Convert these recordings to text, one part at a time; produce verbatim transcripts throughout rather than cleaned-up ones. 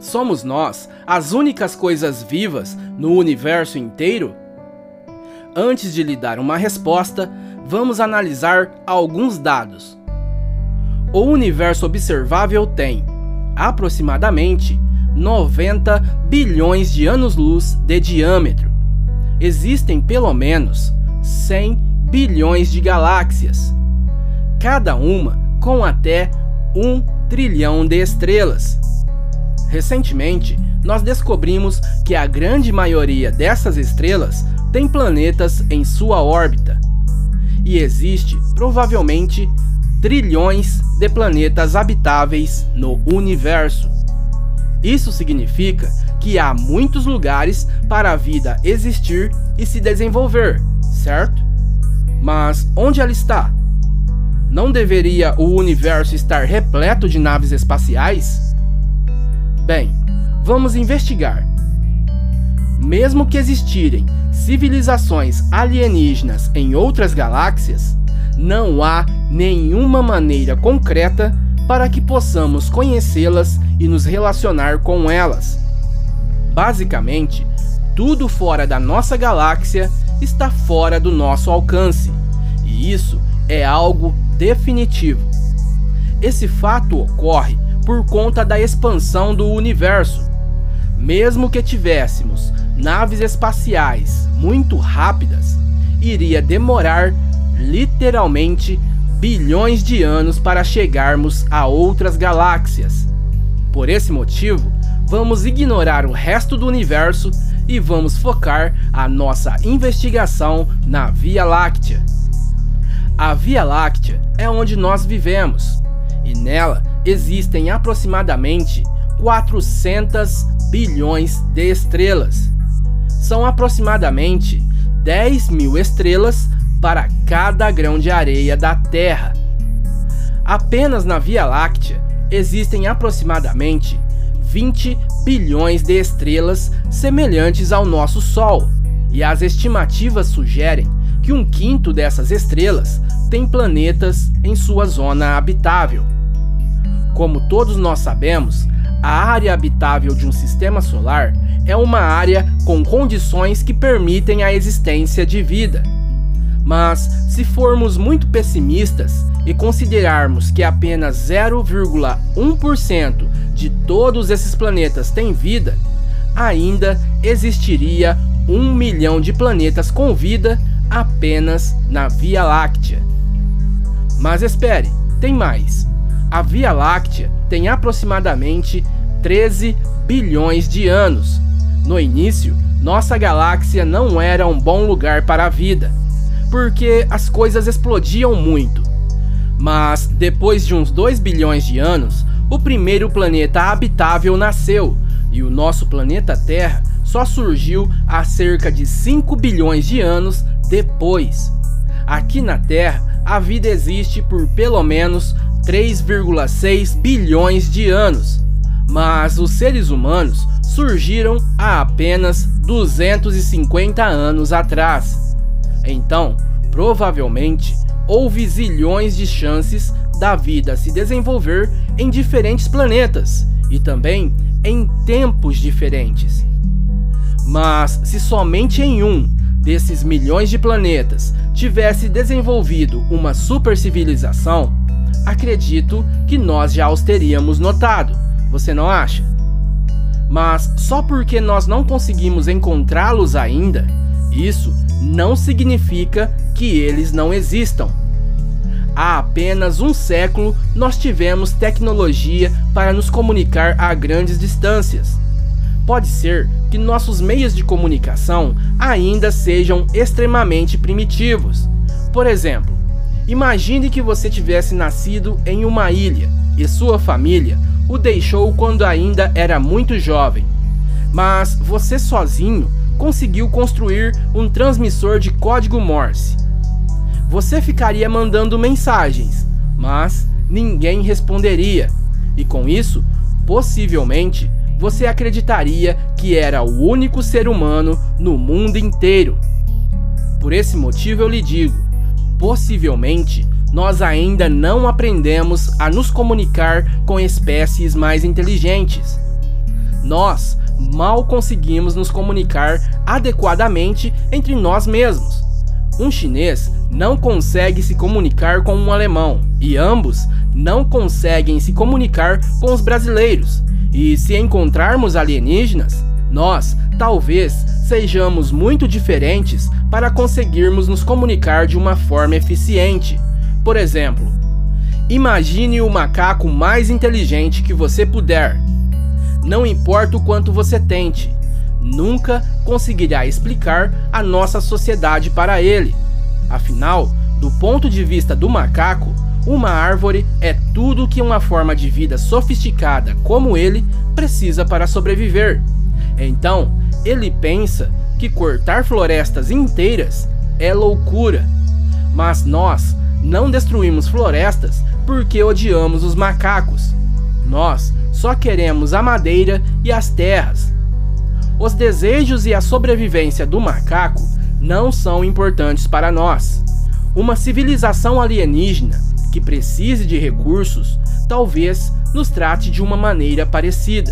Somos nós as únicas coisas vivas no universo inteiro? Antes de lhe dar uma resposta, vamos analisar alguns dados. O universo observável tem, aproximadamente, noventa bilhões de anos-luz de diâmetro. Existem pelo menos cem bilhões de galáxias, cada uma com até um trilhão de estrelas. Recentemente, nós descobrimos que a grande maioria dessas estrelas tem planetas em sua órbita. E existe, provavelmente, trilhões de planetas habitáveis no universo. Isso significa que há muitos lugares para a vida existir e se desenvolver, certo? Mas onde ela está? Não deveria o universo estar repleto de naves espaciais? Bem, vamos investigar. Mesmo que existirem civilizações alienígenas em outras galáxias, não há nenhuma maneira concreta para que possamos conhecê-las e nos relacionar com elas. Basicamente, tudo fora da nossa galáxia está fora do nosso alcance, e isso é algo definitivo. Esse fato ocorre por conta da expansão do universo. Mesmo que tivéssemos naves espaciais muito rápidas, iria demorar literalmente bilhões de anos para chegarmos a outras galáxias. Por esse motivo, vamos ignorar o resto do universo e vamos focar a nossa investigação na Via Láctea. A Via Láctea é onde nós vivemos, e nela existem aproximadamente quatrocentos bilhões de estrelas. São aproximadamente dez mil estrelas para cada grão de areia da Terra. Apenas na Via Láctea existem aproximadamente vinte bilhões de estrelas semelhantes ao nosso Sol, e as estimativas sugerem que um quinto dessas estrelas tem planetas em sua zona habitável. Como todos nós sabemos, a área habitável de um sistema solar é uma área com condições que permitem a existência de vida. Mas, se formos muito pessimistas e considerarmos que apenas zero vírgula um por cento de todos esses planetas têm vida, ainda existiria um milhão de planetas com vida apenas na Via Láctea. Mas espere, tem mais. A Via Láctea tem aproximadamente treze bilhões de anos. No início, nossa galáxia não era um bom lugar para a vida, porque as coisas explodiam muito. Mas depois de uns dois bilhões de anos, o primeiro planeta habitável nasceu, e o nosso planeta Terra só surgiu há cerca de cinco bilhões de anos depois. Aqui na Terra, a vida existe por pelo menos três vírgula seis bilhões de anos, mas os seres humanos surgiram há apenas duzentos e cinquenta anos atrás. Então, provavelmente, houve zilhões de chances da vida se desenvolver em diferentes planetas e também em tempos diferentes. Mas se somente em um desses milhões de planetas tivesse desenvolvido uma supercivilização, acredito que nós já os teríamos notado, você não acha? Mas só porque nós não conseguimos encontrá-los ainda, isso não significa que eles não existam. Há apenas um século nós tivemos tecnologia para nos comunicar a grandes distâncias. Pode ser que nossos meios de comunicação ainda sejam extremamente primitivos. Por exemplo, imagine que você tivesse nascido em uma ilha e sua família o deixou quando ainda era muito jovem, mas você sozinho conseguiu construir um transmissor de código Morse. Você ficaria mandando mensagens, mas ninguém responderia, e com isso, possivelmente, você acreditaria que era o único ser humano no mundo inteiro. Por esse motivo eu lhe digo, possivelmente, nós ainda não aprendemos a nos comunicar com espécies mais inteligentes. Nós mal conseguimos nos comunicar adequadamente entre nós mesmos. Um chinês não consegue se comunicar com um alemão, e ambos não conseguem se comunicar com os brasileiros. E se encontrarmos alienígenas, nós talvez sejamos muito diferentes para conseguirmos nos comunicar de uma forma eficiente. Por exemplo, imagine o macaco mais inteligente que você puder. Não importa o quanto você tente, nunca conseguirá explicar a nossa sociedade para ele. Afinal, do ponto de vista do macaco, uma árvore é tudo que uma forma de vida sofisticada como ele precisa para sobreviver. Então, ele pensa que cortar florestas inteiras é loucura. Mas nós não destruímos florestas porque odiamos os macacos. Nós só queremos a madeira e as terras. Os desejos e a sobrevivência do macaco não são importantes para nós. Uma civilização alienígena que precise de recursos talvez nos trate de uma maneira parecida.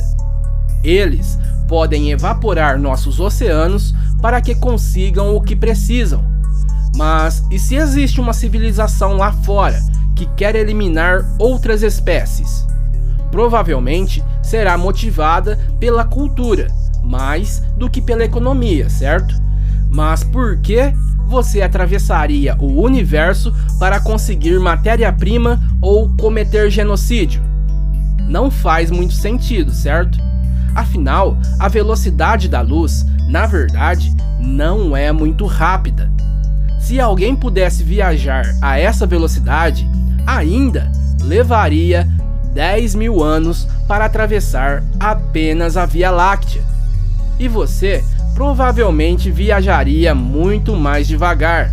Eles podem evaporar nossos oceanos para que consigam o que precisam. Mas e se existe uma civilização lá fora que quer eliminar outras espécies? Provavelmente será motivada pela cultura, mais do que pela economia, certo? Mas por que você atravessaria o universo para conseguir matéria-prima ou cometer genocídio? Não faz muito sentido, certo? Afinal, a velocidade da luz, na verdade, não é muito rápida. Se alguém pudesse viajar a essa velocidade, ainda levaria dez mil anos para atravessar apenas a Via Láctea. E você provavelmente viajaria muito mais devagar.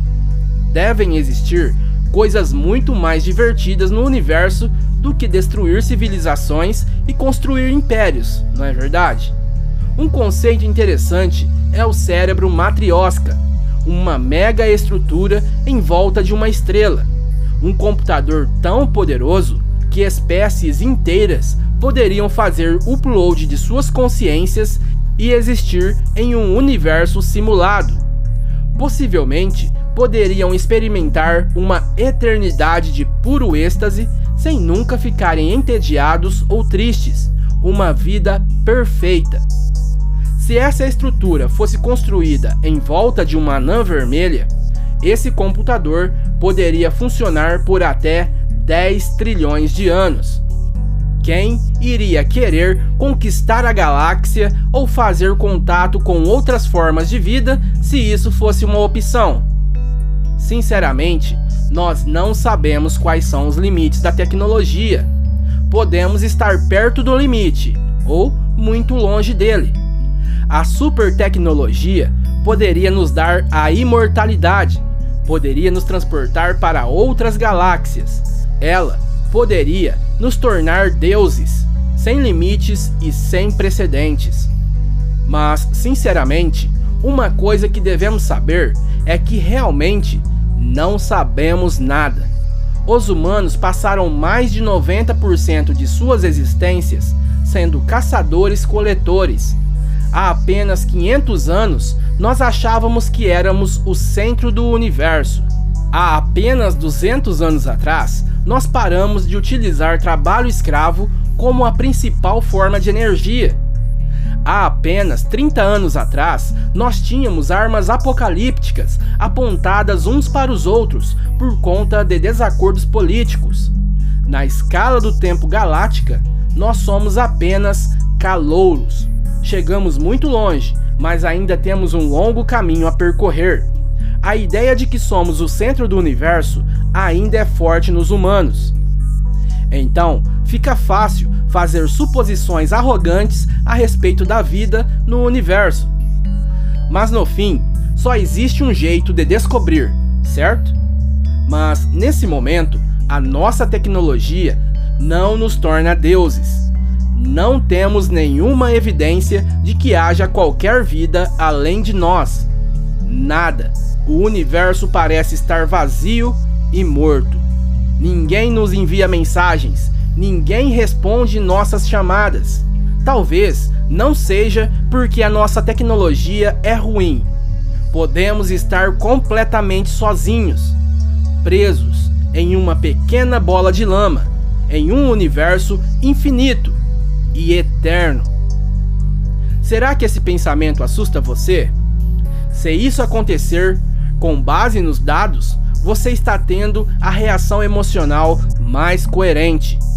Devem existir coisas muito mais divertidas no universo do que destruir civilizações e construir impérios, não é verdade? Um conceito interessante é o cérebro matrioska, uma mega estrutura em volta de uma estrela. Um computador tão poderoso que espécies inteiras poderiam fazer upload de suas consciências e existir em um universo simulado. Possivelmente poderiam experimentar uma eternidade de puro êxtase sem nunca ficarem entediados ou tristes, uma vida perfeita. Se essa estrutura fosse construída em volta de uma anã vermelha, esse computador poderia funcionar por até dez trilhões de anos. Quem iria querer conquistar a galáxia ou fazer contato com outras formas de vida se isso fosse uma opção? Sinceramente, nós não sabemos quais são os limites da tecnologia. Podemos estar perto do limite ou muito longe dele. A super tecnologia poderia nos dar a imortalidade, poderia nos transportar para outras galáxias. Ela poderia nos tornar deuses, sem limites e sem precedentes. Mas, sinceramente, uma coisa que devemos saber é que realmente não sabemos nada. Os humanos passaram mais de noventa por cento de suas existências sendo caçadores-coletores. Há apenas quinhentos anos, nós achávamos que éramos o centro do universo. Há apenas duzentos anos atrás, nós paramos de utilizar trabalho escravo como a principal forma de energia. Há apenas trinta anos atrás, nós tínhamos armas apocalípticas apontadas uns para os outros por conta de desacordos políticos. Na escala do tempo galáctica, nós somos apenas calouros. Chegamos muito longe, mas ainda temos um longo caminho a percorrer. A ideia de que somos o centro do universo ainda é forte nos humanos. Então, fica fácil fazer suposições arrogantes a respeito da vida no universo. Mas no fim, só existe um jeito de descobrir, certo? Mas nesse momento, a nossa tecnologia não nos torna deuses. Não temos nenhuma evidência de que haja qualquer vida além de nós. Nada. O universo parece estar vazio e morto. Ninguém nos envia mensagens, ninguém responde nossas chamadas. Talvez não seja porque a nossa tecnologia é ruim. Podemos estar completamente sozinhos, presos em uma pequena bola de lama, em um universo infinito e eterno. Será que esse pensamento assusta você? Se isso acontecer, com base nos dados, você está tendo a reação emocional mais coerente.